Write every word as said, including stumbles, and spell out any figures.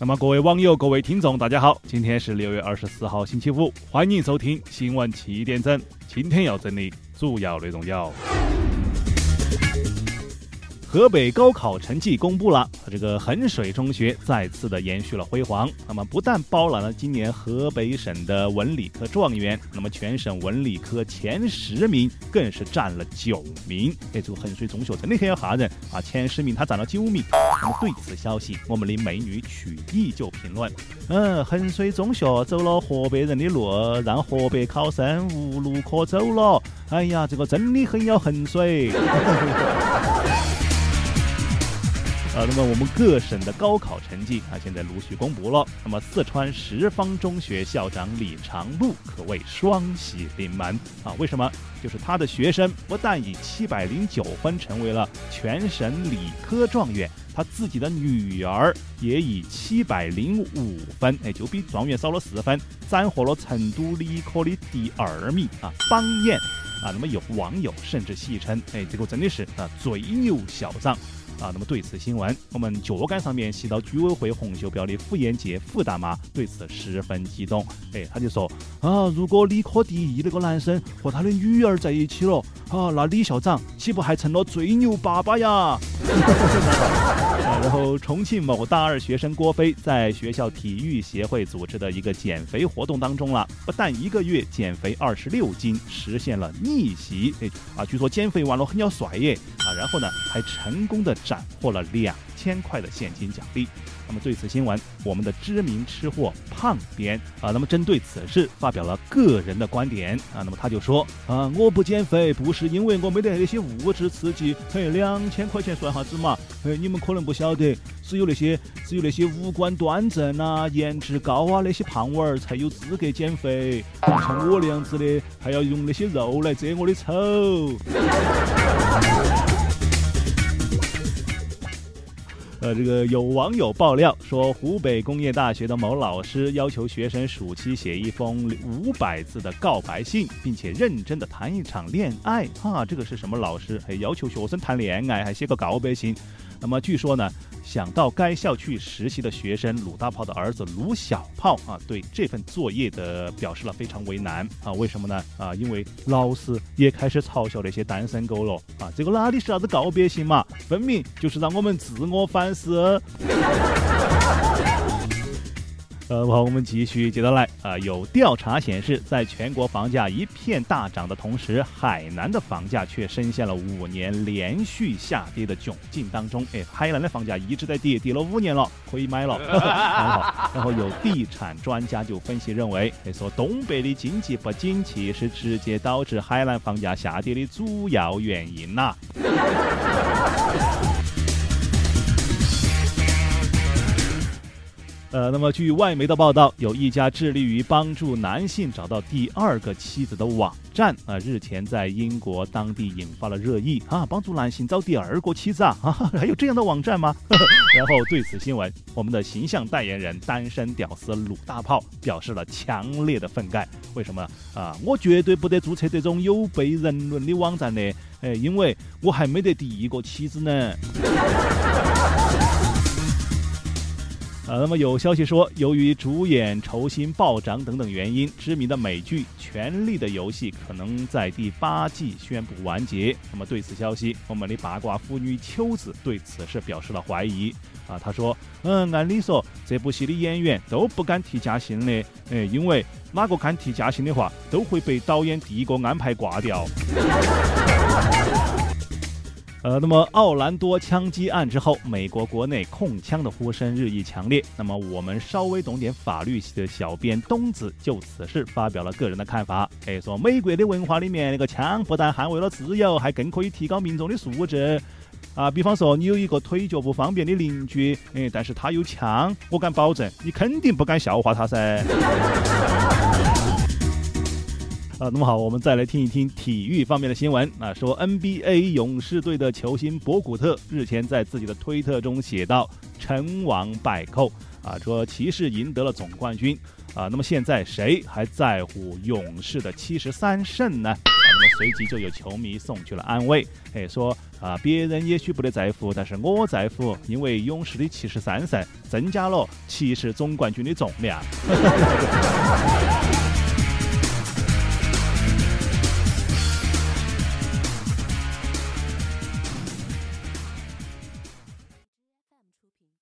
那么各位网友各位听众大家好，今天是六月二十四号星期五，欢迎收听新闻七点整。今天要整理主要内容有：河北高考成绩公布了，这个衡水中学再次的延续了辉煌。那么不但包揽了今年河北省的文理科状元，那么全省文理科前十名更是占了九名。哎，这个衡水中学真的很有吓人啊！前十名他占了九名。那么对此消息，我们的美女曲艺就评论：嗯，衡水中学走了河北人的路，让河北考生无路可走了。哎呀，这个真的很有衡水。呃，那么我们各省的高考成绩啊，现在陆续公布了。那么四川什邡中学校长李长禄可谓双喜临门啊！为什么？就是他的学生不但以七百零九分成为了全省理科状元，他自己的女儿也以七百零五分，哎，就比状元少了四分，斩获了成都理科的第二名啊，榜眼啊！那么有网友甚至戏称，哎，这个真的是啊，最牛小张。啊，那么对此新闻，我们脚杆上面系到居委会红袖标的傅艳杰傅大妈对此十分激动。哎，他就说啊，如果理科第一那个男生和他的女儿在一起了，啊，那李校长岂不还成了最牛爸爸呀？然后，重庆某大二学生郭飞在学校体育协会组织的一个减肥活动当中了，不但一个月减肥二十六斤，实现了逆袭，哎啊，据说减肥完了很要帅耶啊，然后呢还成功的斩获了两千块的现金奖励。那么对此新闻，我们的知名吃货胖编啊，那么针对此事发表了个人的观点啊，那么他就说啊，我不减肥不是因为我没得那些物质刺激，嘿，两千块钱算啥子嘛？嘿，你们可能不晓得，只有那些只有那些五官端正啊、颜值高啊那些胖娃儿才有资格减肥，像我那样子的，还要用那些肉来遮我的丑。呃，这个有网友爆料说，湖北工业大学的某老师要求学生暑期写一封五百字的告白信，并且认真的谈一场恋爱。哈，这个是什么老师？还要求学生谈恋爱，还写个告白信？那么据说呢，想到该校去实习的学生鲁大炮的儿子鲁小炮啊，对这份作业的表示了非常为难啊。为什么呢？啊，因为老师也开始嘲笑那些单身狗了啊，这个哪里是啥子告别信嘛，分明就是让我们自我反思。呃，好，我们继续接着来啊、呃。有调查显示，在全国房价一片大涨的同时，海南的房价却深陷了五年连续下跌的窘境当中。哎，海南的房价一直在跌，跌了五年了，可以买了。很好。然后有地产专家就分析认为，说东北的经济不景气是直接导致海南房价下跌的主要原因呐、啊。呃，那么据外媒的报道，有一家致力于帮助男性找到第二个妻子的网站啊、呃，日前在英国当地引发了热议啊，帮助男性找第二个妻子啊，啊还有这样的网站吗？然后对此新闻，我们的形象代言人单身屌丝鲁大炮表示了强烈的愤慨。为什么啊？我绝对不得注册这种有悖人伦的网站的，哎，因为我还没得第一个妻子呢。呃，那么有消息说，由于主演酬薪暴涨等等原因，知名的美剧《权力的游戏》可能在第八季宣布完结。那么对此消息，我们的八卦妇女秋子对此事表示了怀疑。啊，她说：“嗯，按理说这部戏的演员都不敢提加薪的，哎，因为哪个敢提加薪的话，都会被导演第一个安排挂掉。”呃，那么奥兰多枪击案之后，美国国内控枪的呼声日益强烈。那么我们稍微懂点法律系的小编东子就此事发表了个人的看法。哎，说美国的文化里面，那个枪不但捍卫了自由，还更可以提高民众的素质。啊，比方说你有一个腿脚不方便的邻居，哎，但是他有枪，我敢保证，你肯定不敢笑话他噻。啊，那么好，我们再来听一听体育方面的新闻啊。说 N B A 勇士队的球星博古特日前在自己的推特中写道：“成王败寇啊，说骑士赢得了总冠军啊。那么现在谁还在乎勇士的七十三胜呢？”啊， 那么随即就有球迷送去了安慰，哎，说啊，别人也许不得在乎，但是我在乎，因为勇士的七十三胜增加了骑士总冠军的重量。